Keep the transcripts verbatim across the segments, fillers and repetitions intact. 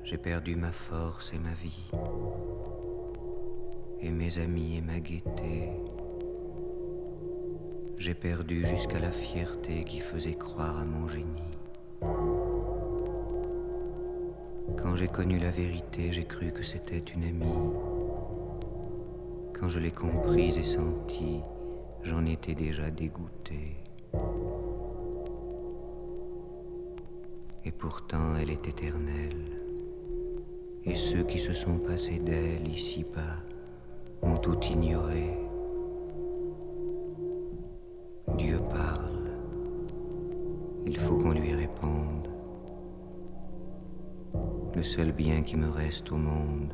J'ai perdu ma force et ma vie, et mes amis et ma gaieté. J'ai perdu jusqu'à la fierté qui faisait croire à mon génie. Quand j'ai connu la vérité, j'ai cru que c'était une amie. Quand je l'ai comprise et sentie, j'en étais déjà dégoûté. Et pourtant elle est éternelle. Et ceux qui se sont passés d'elle ici-bas ont tout ignoré. Dieu parle, il faut qu'on lui réponde. Le seul bien qui me reste au monde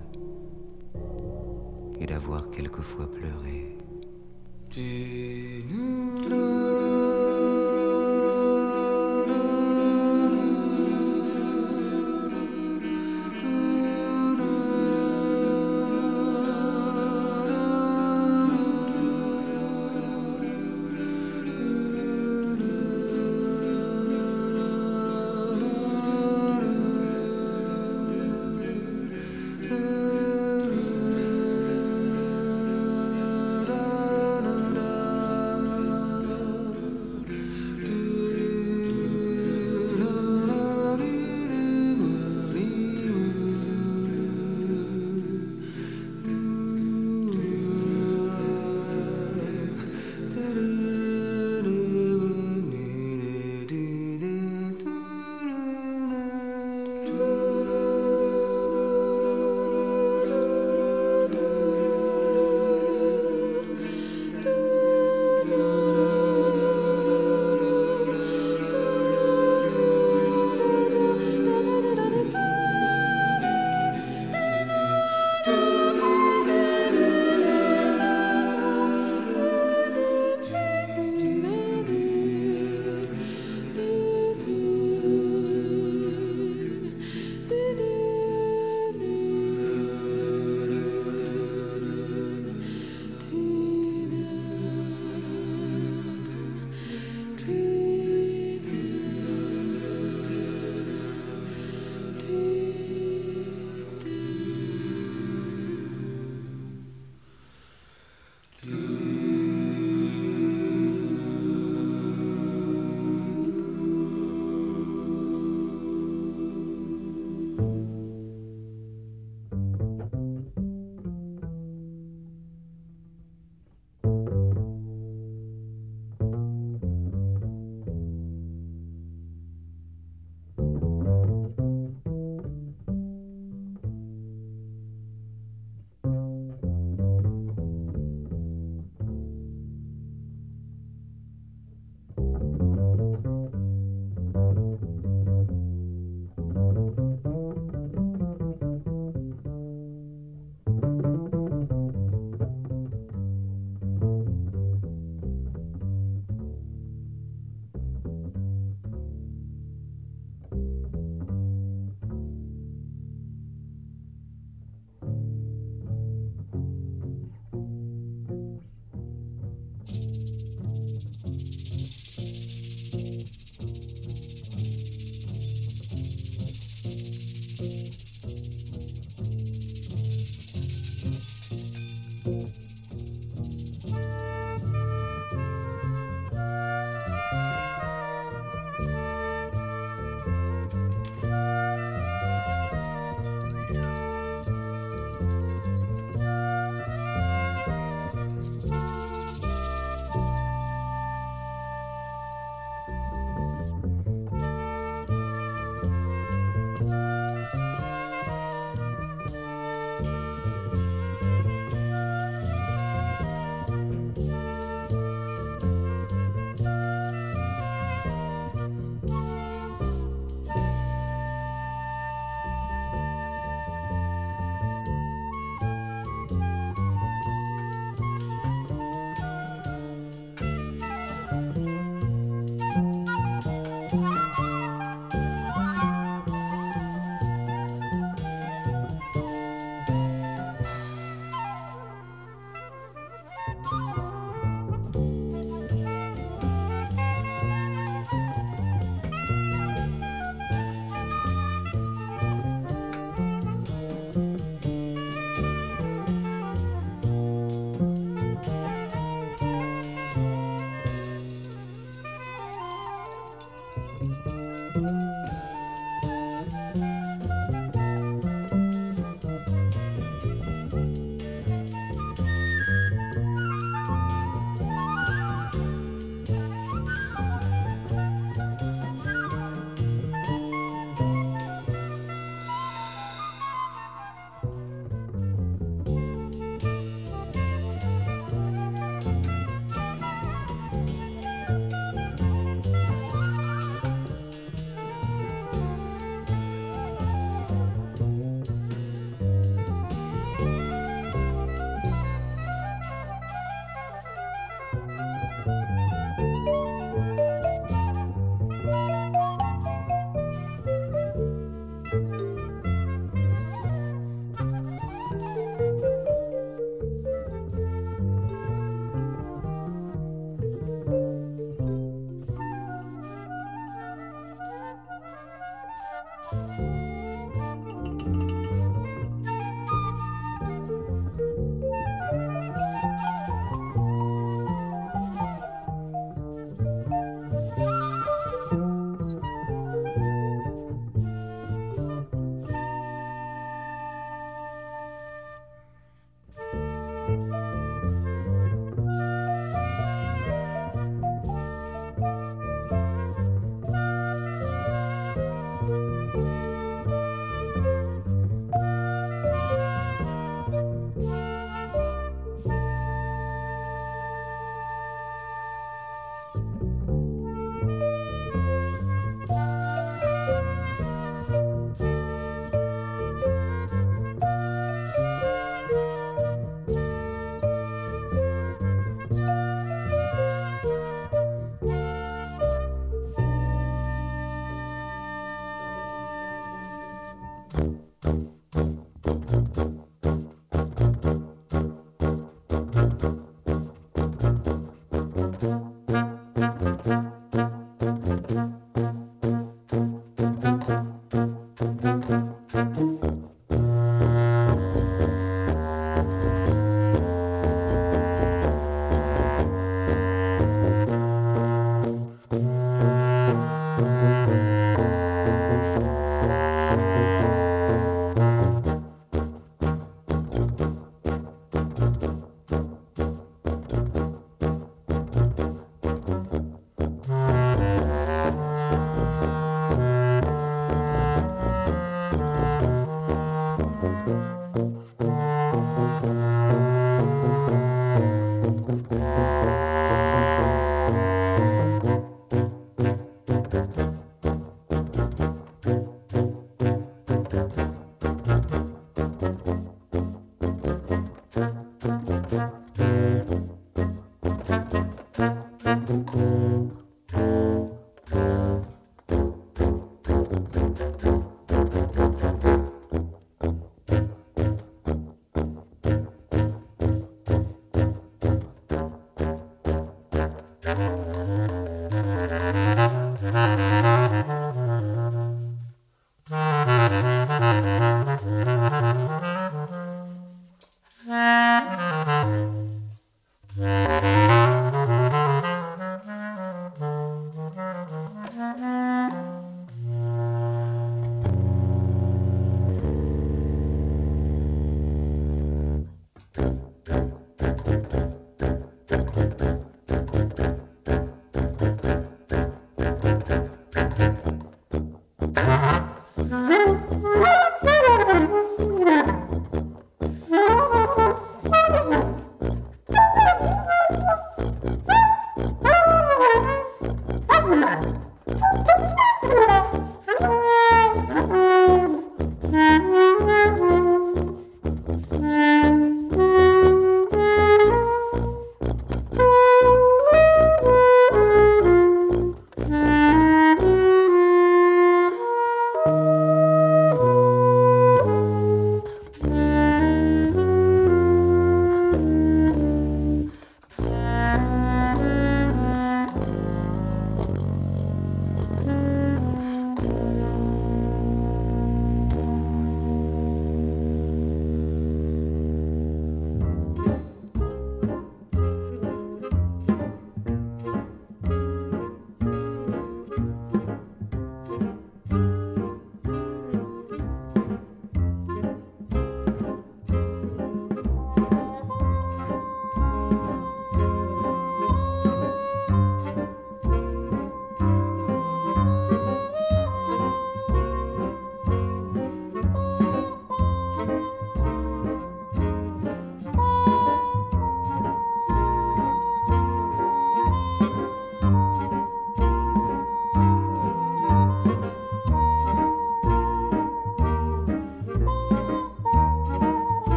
est d'avoir quelquefois pleuré.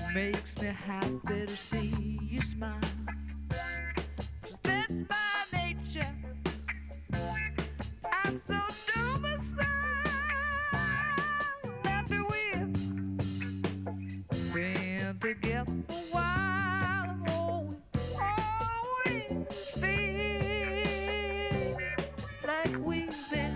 Makes me happy to see you smile. 'Cause that's my nature. I'm so domiciled. Happy we've been together a while. I'm always, always feel like we've been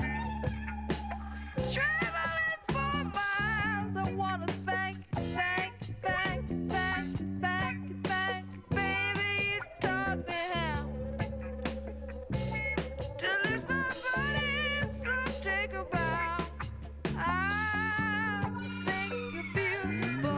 traveling for miles. I wanna thank, thank, thank, thank, thank, thank, baby, you taught me how to lose my body, so take a bow. I think you're beautiful.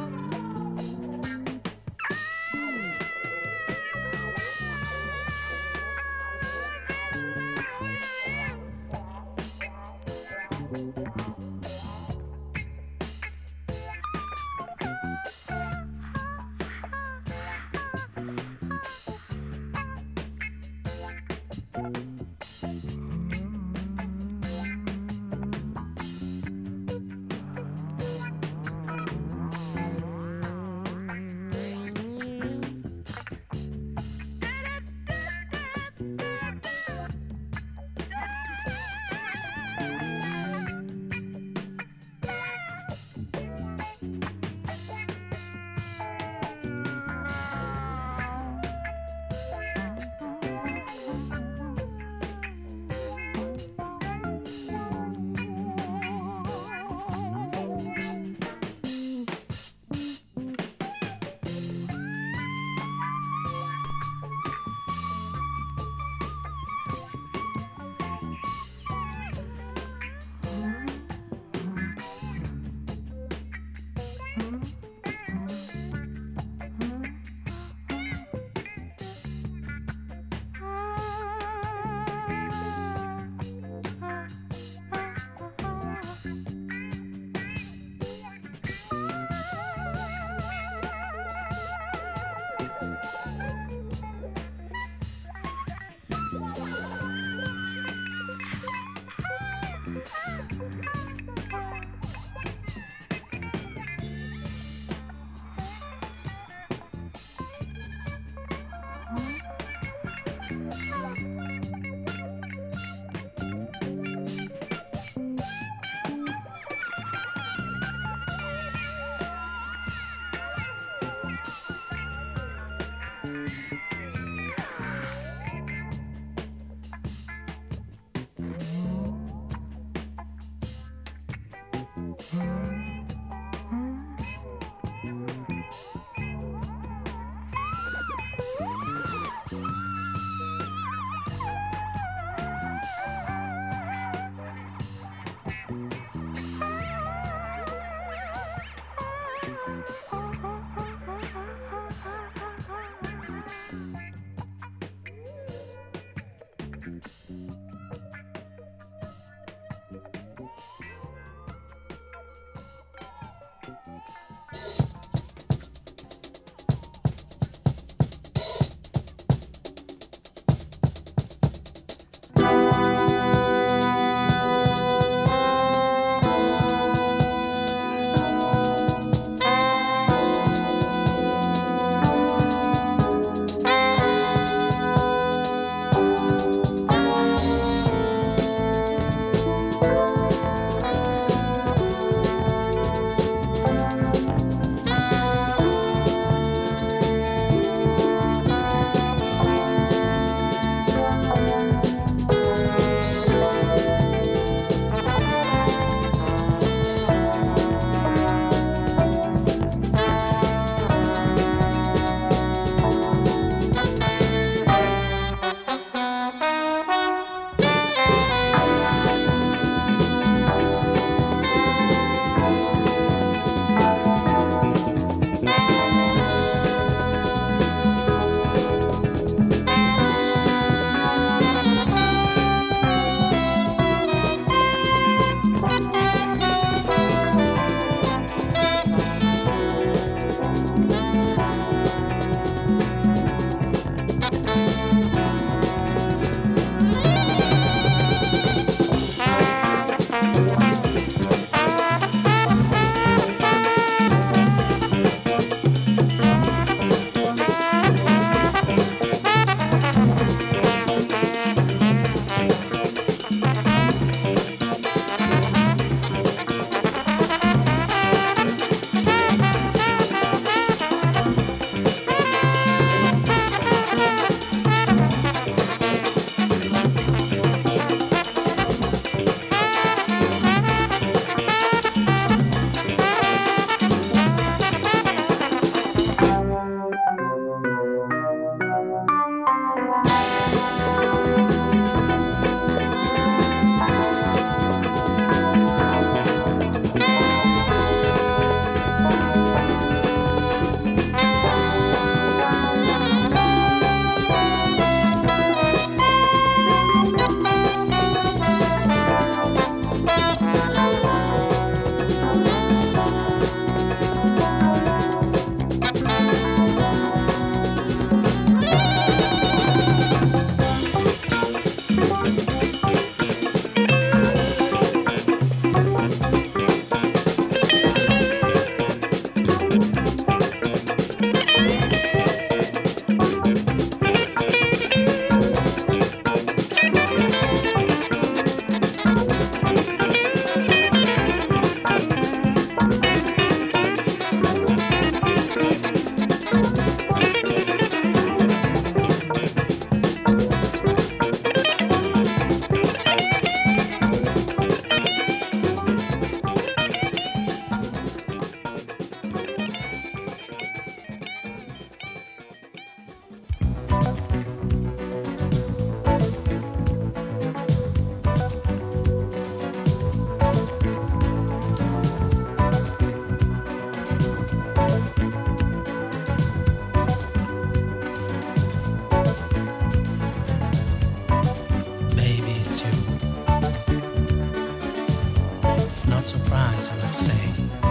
It's not surprise, I must say.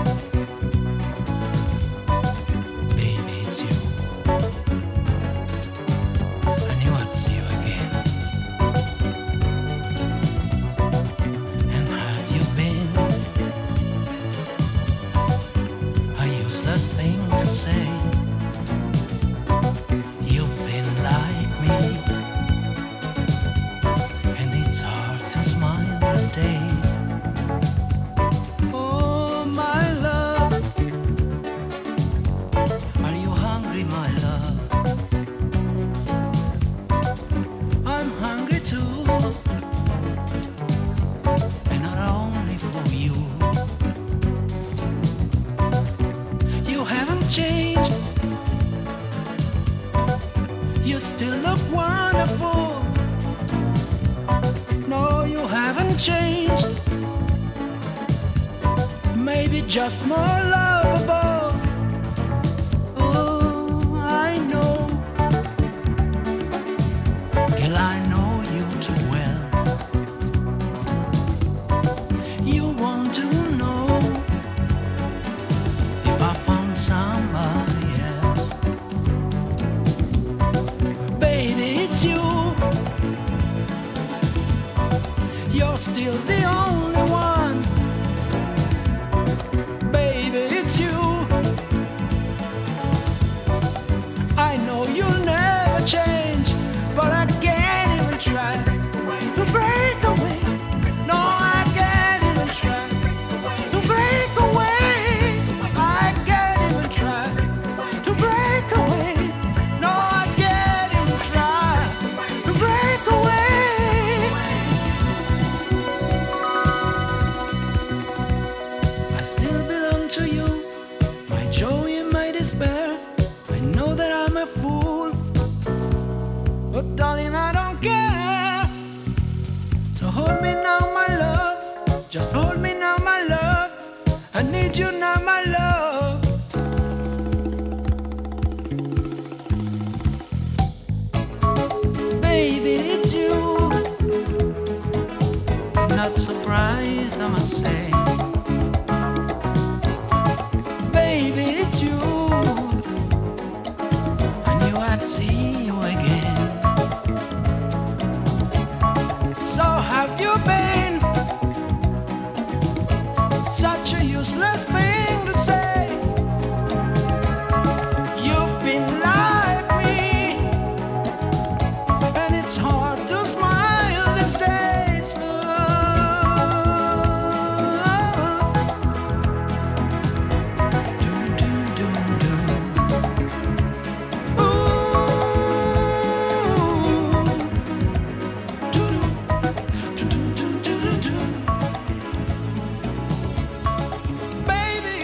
Baby, it's you. I knew I'd see you again. And have you been a useless thing to say? You've been like me, and it's hard to smile these days. Oh, my love, are you hungry, my love? I'm hungry too, and not only for you. You haven't changed, you still look wonderful. No, you haven't changed, maybe just more lovable. Oh, I know, girl, I know you too well. You want to know if I found somebody else. Baby, it's you. You're still the only one. Baby, it's you. I know you'll never change, but I can't even try to break away. No, I can't even try to break away. I can't even try to break away. No, I can't even try to break away. I still belong to you, my joy and my despair. I know that I'm a fool, but darling, I don't care. So hold me now, my love. Just hold me now, my love. I need you now, my love. Baby, it's you. Not surprised, I must say. Baby, it's you. I knew I'd see you again. So have you been such a useless thing to say? You've been like me, and it's hard to smile these days. Do, do, do, do. Ooh. Do, do, do, do, do, do, do. Baby,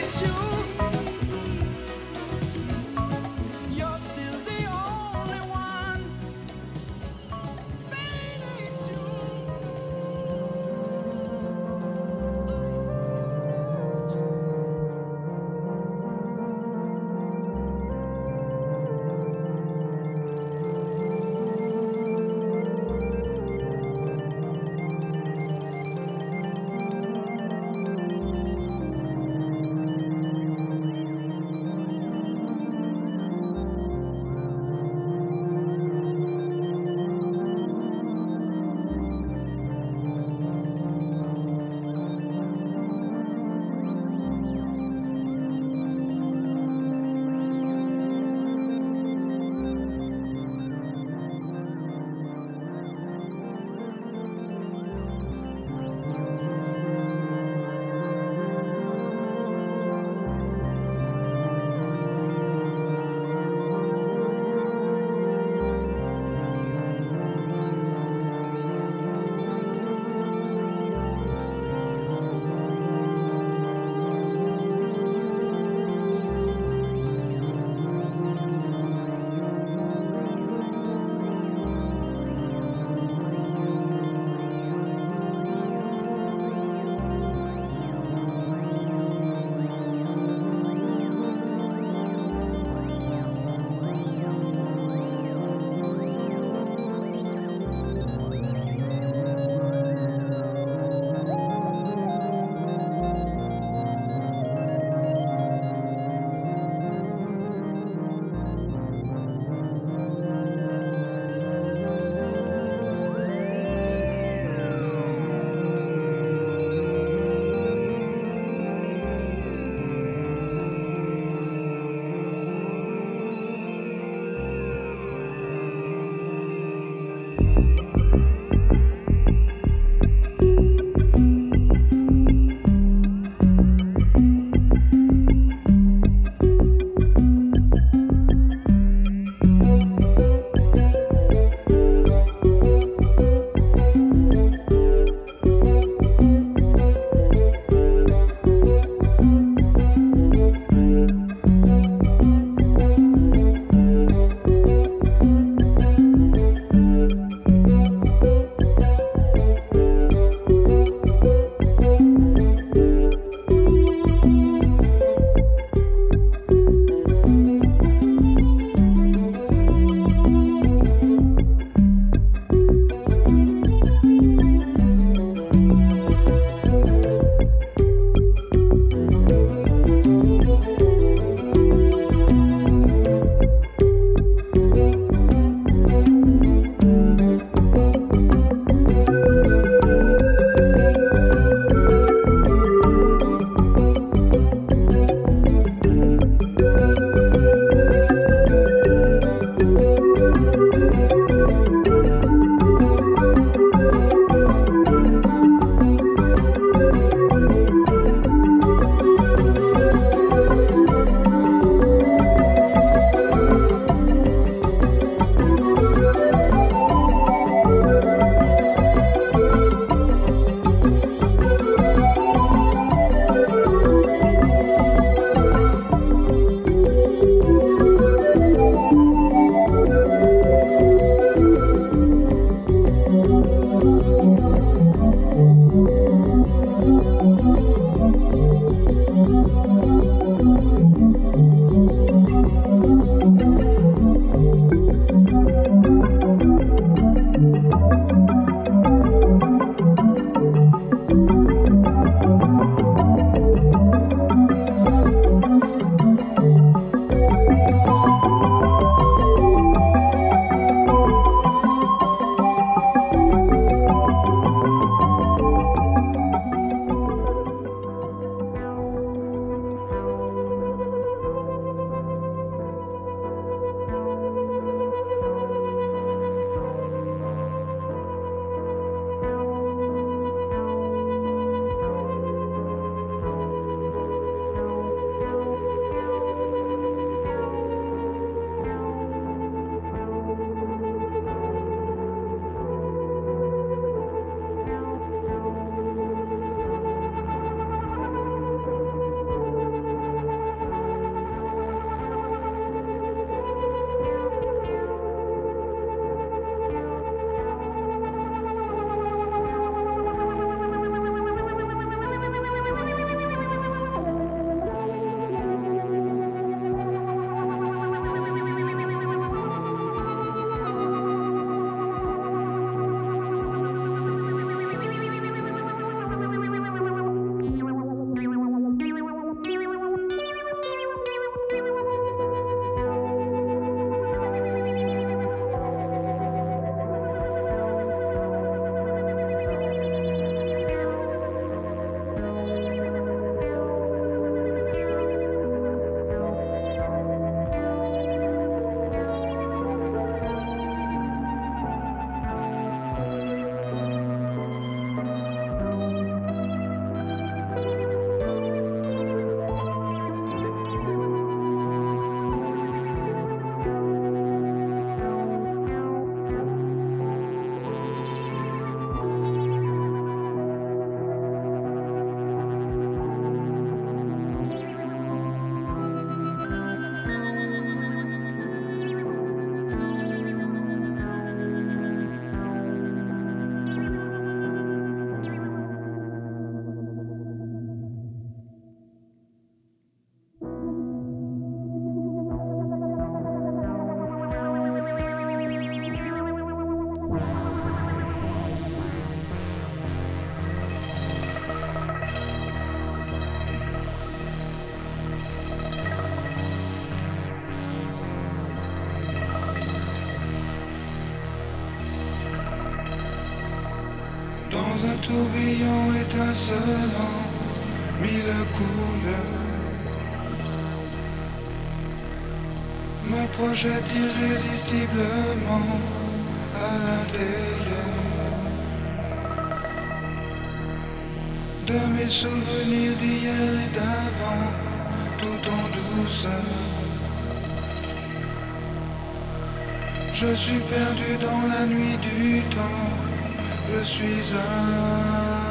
tourbillon étincelant, mille couleurs me projette irrésistiblement à l'intérieur de mes souvenirs d'hier et d'avant, tout en douceur. Je suis perdu dans la nuit du temps, je suis ailleurs.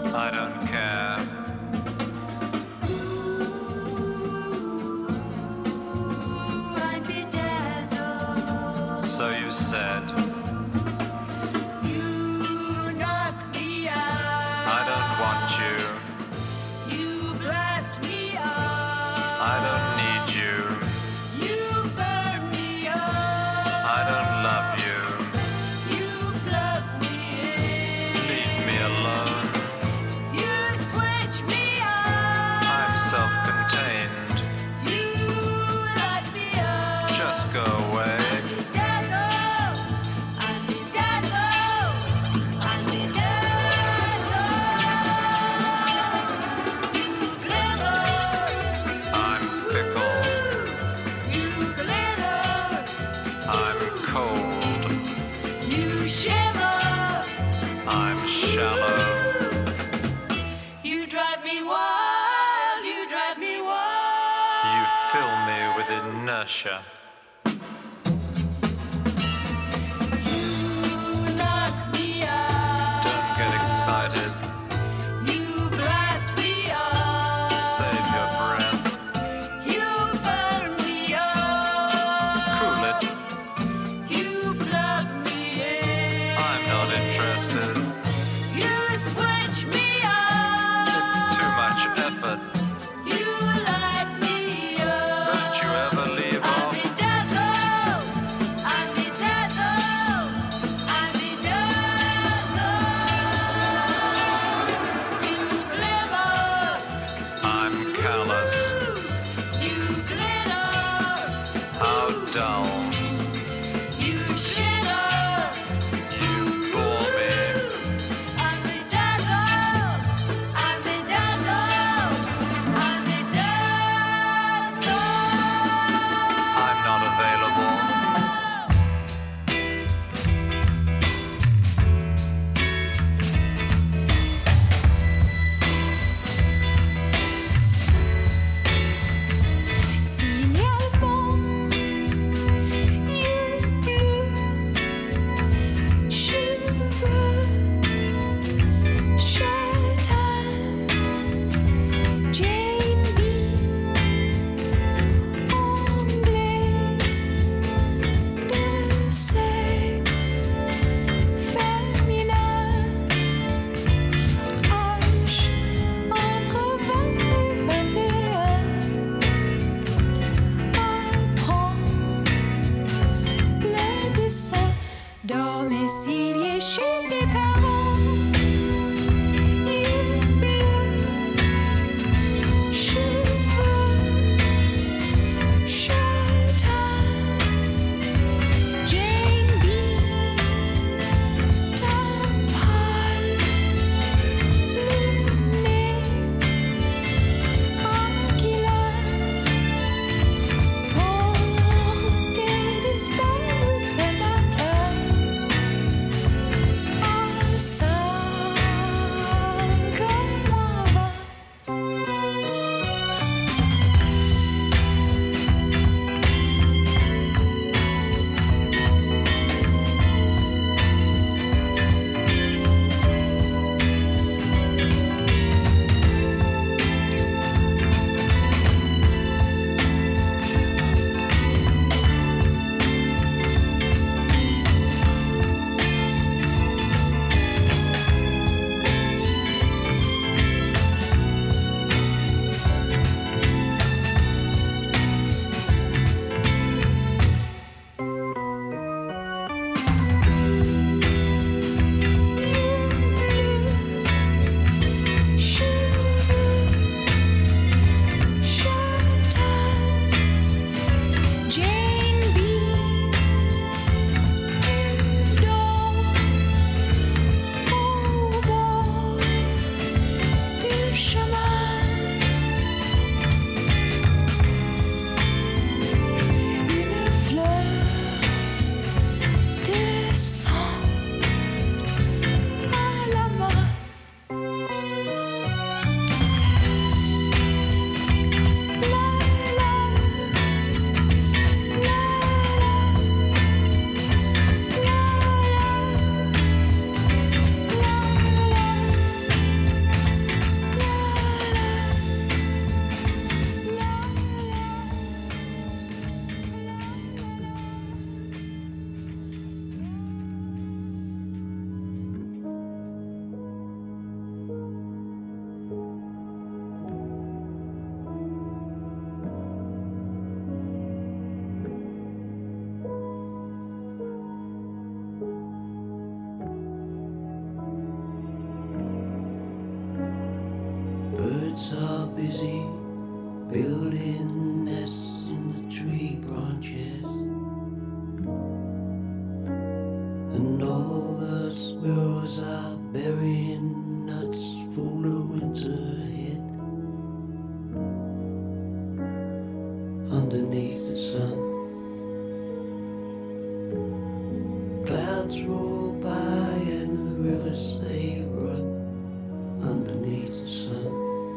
I don't care. I'd be dazzled. So you said. You knock me out. I don't want you. You blast me out. I don't need you. You burn me up. I don't love you. You plug me in. Leave me alone. You switch me on. I'm self-contained. You light me up. Just go away. Dazzled. I'm dazzled. I'm dazzled. You glimmer. I'm fickle. You glitter. I'm cold. You shimmer. I'm shallow. You drive me wild. You drive me wild. You fill me with inertia. You knock me out. Don't get excited. You blast me up. Save your breath. You burn me up. Cool it. You plug me in. I'm not interested. You switch me on. It's too much effort. You light me up. Don't you ever leave I'll off? be Birds are busy building nests in the tree branches, and all the squirrels are burying nuts full of winter ahead. Underneath the sun, clouds roll by and the rivers they run underneath the sun.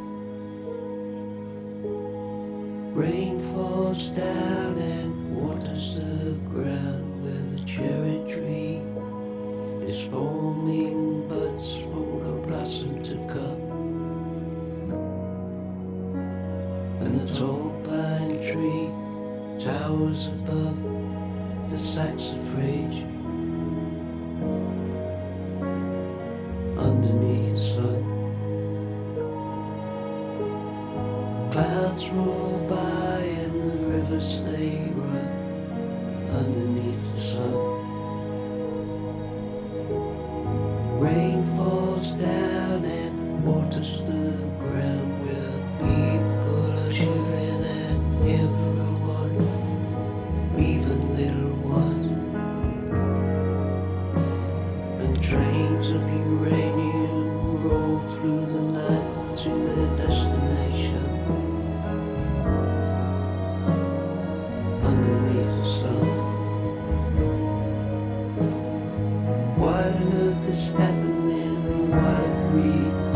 Rain falls down and waters the ground where the cherry tree is forming buds full of blossom to come. And the tall pine tree towers above the saxifrage underneath the sun. Clouds roll by and the rivers they run underneath the sun. Rain falls down and waters the ground where people are shooting at everyone, even little ones. And trains of uranium roll through the night to their destination underneath the sun. Why on earth is happening? Why have we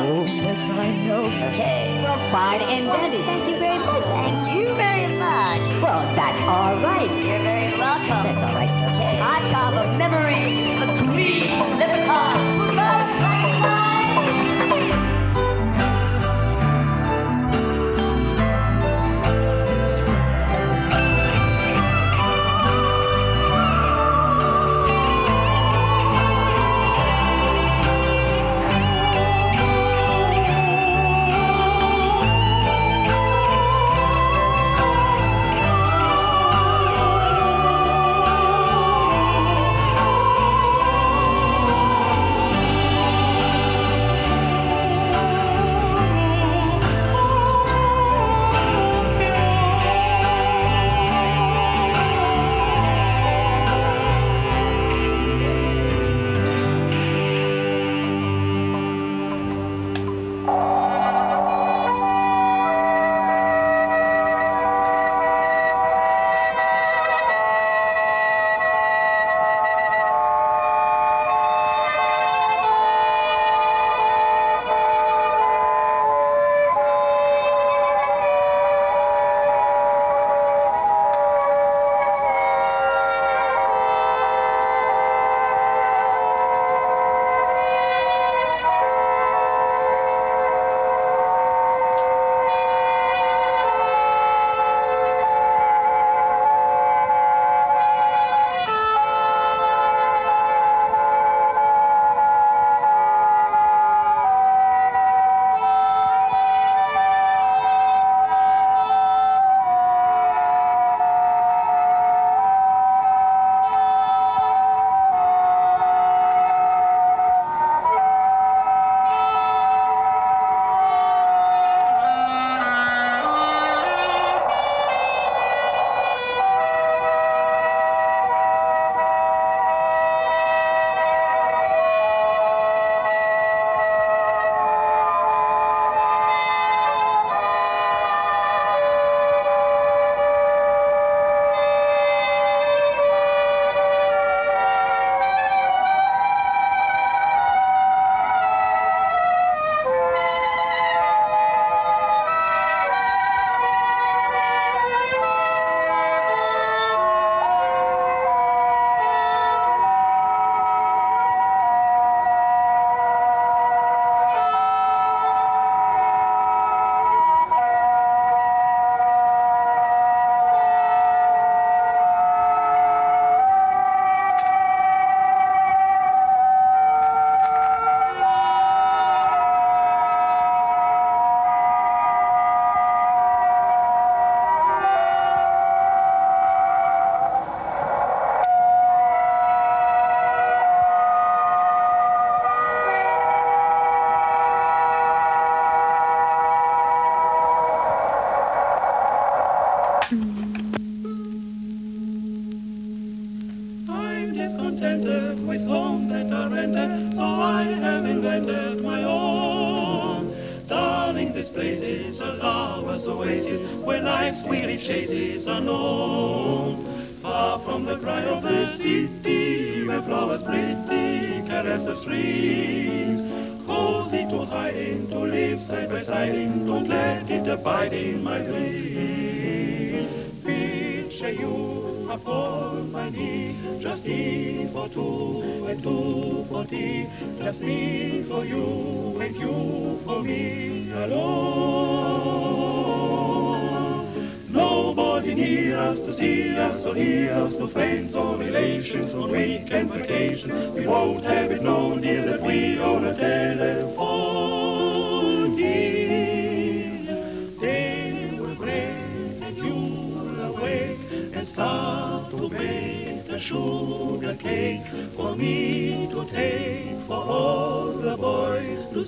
Oh, yes, I know. Okay, well, fine and dandy. Thank you very much. Thank you very much. Well, that's all right. You're very welcome. That's all right. Okay. I have a memory, a green leprechaun who loves dynamite. I'm discontented with homes that are rented, so I have invented my own. Darling, this place is a lover's oasis, where life's weary chases are known. Far from the cry of the city, where flowers pretty caress the streets. Cozy to hide in, to live side by side in, don't let it abide in my dream. Picture you upon my knee, just E for two and two for tea, just me for you and you for me alone. Nobody near us to see us or hear us, no friends or relations on weekend vacation. We won't have it known, dear, that we own a telephone. Day will break and you'll awake and start to bake a sugar cake for me to take, for all the boys to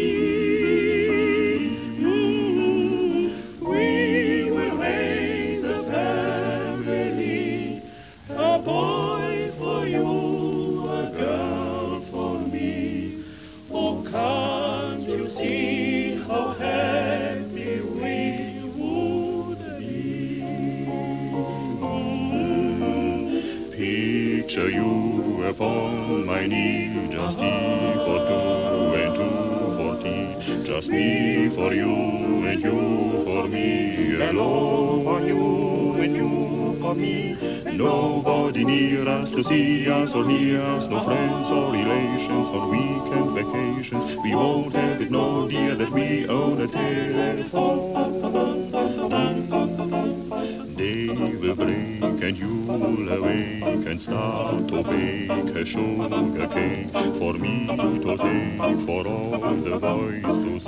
see. Mm, we will raise a family, a boy for you, a girl for me. Oh, can't you see how happy we would be? Mm, picture you upon my knee, just E for two and two for tea, just me for you and you for me, hello for you and you for me. Nobody near us to see us or hear us, no friends or relations on weekend vacations. We won't have it, no dear, that we own a telephone. Day will break and you'll awake and start to bake a sugar cake for me to take, for all the boys to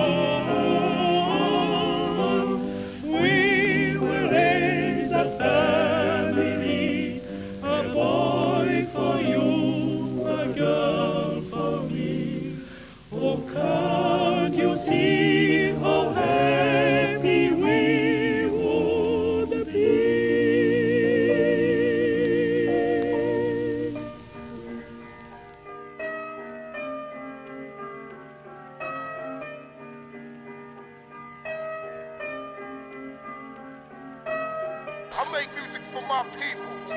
see. We will raise a family, a boy for you, a girl for me. Oh, can't you see how happy we would be? I make music for my peoples.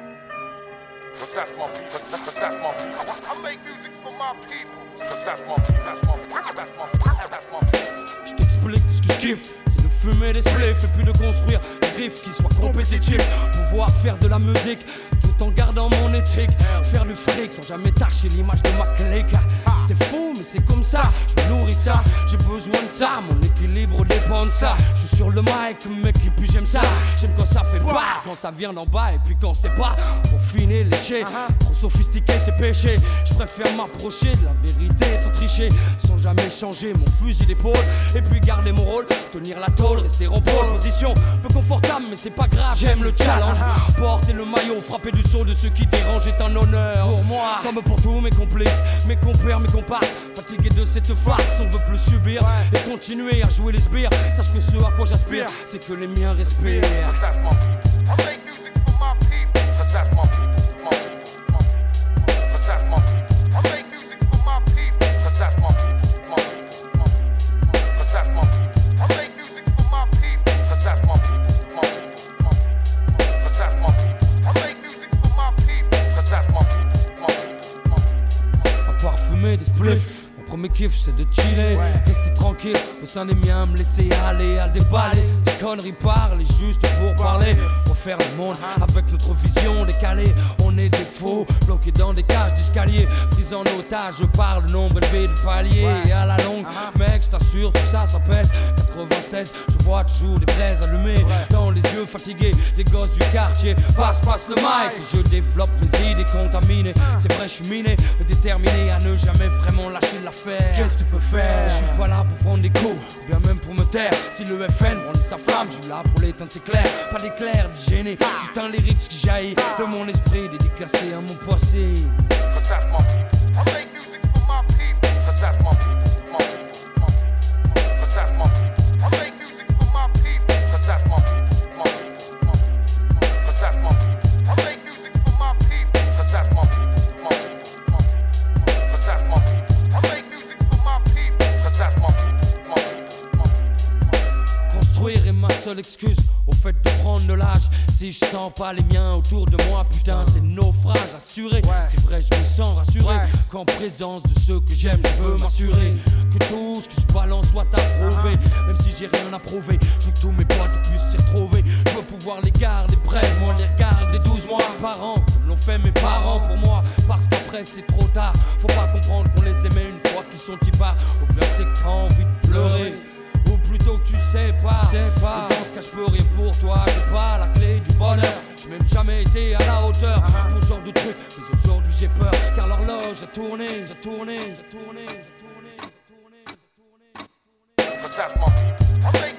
But that's my people. But that's my people. I make music for my peoples. But that's my people. That's my people. That's my people. That's my people. Je t'explique ce que je kiffe, c'est de fumer des spliffs et puis de construire des riffs qui soient compétitifs. Pouvoir faire de la musique tout en gardant mon éthique. Faire du fric sans jamais tâcher l'image de ma clique. C'est fou mais c'est comme ça, je me nourris de ça. J'ai besoin de ça, mon équilibre dépend de ça. Je suis sur le mic mec et puis j'aime ça. J'aime quand ça fait pas, quand ça vient d'en bas et puis quand c'est pas pour finir léché. Trop sophistiqué c'est péché. Je préfère m'approcher de la vérité sans tricher, sans jamais changer mon fusil d'épaule. Et puis garder mon rôle, tenir la tôle, rester en pole position. Peu confortable mais c'est pas grave, j'aime le challenge. Porter le maillot, frapper du saut de ceux qui dérangent est un honneur pour moi. Comme pour tous mes complices, mes compères, mes comparses. Fatigué de cette farce, on veut plus subir et continuer à jouer les sbires. Sache que ce à quoi j'aspire, c'est que les miens respirent. That's my people. I make music for my people. But that's my people. My people. My people. But that's my people. I make music for my people. But that's my people. My people. My people. But that's my people. I make music for my people. But that's my people. My people. My people. But that's my people. I make music for my people. But that's my people. My people. My people. À part fumer des spliffs, mon premier kiff c'est de chiller, rester tranquille au sein des miens, me laisser aller à déballer des conneries, parler juste pour parler, refaire le monde avec notre vision décalée. On est des faux, bloqués dans des cages d'escalier, pris en otage par le nombre élevé de paliers. Et à la longue, mec, je t'assure, tout ça, ça pèse. quatre-vingt-seize, je vois toujours des braises allumées dans les yeux fatigués des gosses du quartier. Passe, passe le mic, et je développe mes idées contaminées. C'est vrai, je suis miné, mais déterminé à ne jamais vraiment lâcher l'affaire. Qu'est-ce que tu peux faire? Je suis pas là pour prendre des coups, ou bien même pour me taire. Si le F N brandit sa flamme, je suis là pour l'éteindre, c'est clair. Pas d'éclair, de gêner, juste un lyrics qui jaillit de mon esprit, dédicacé à mon passé. But that's my people. I make music for my people. But that's my people. My people. My people. But that's my people. I make music for my people. But that's my people. My people. My people. But that's my people. I make music for my people. But that's my people. My people. My people. But that's my people. I make music for my people. But that's my people. My people. My people. Construire est ma seule excuse au fait de prendre de l'âge. Si je sens pas les miens autour de moi, putain, c'est naufrage assuré. C'est vrai, je me sens rassuré qu'en présence de ceux que j'aime, je veux m'assurer que tout ce que je balance soit approuvé. Même si j'ai rien à prouver, je veux que tous mes potes puissent s'y retrouver. Je veux pouvoir les garder près, moi les regarder douze mois par an, comme l'ont fait mes parents pour moi. Parce qu'après c'est trop tard, faut pas comprendre qu'on les aimait une fois qu'ils sont y-bas. Ou bien c'est que t'as envie de pleurer, ou plutôt que tu sais pas, sais pas. Et dans ce cas je peux rien pour toi, j'ai pas la clé du bonheur. J'ai même jamais été à la hauteur pour ce genre de truc, mais aujourd'hui j'ai peur. Car l'horloge a tourné, j'ai tourné, j'ai tourné, j'ai tourné, j'ai tourné, j'ai tourné, j'ai tourné. But that's my people. I make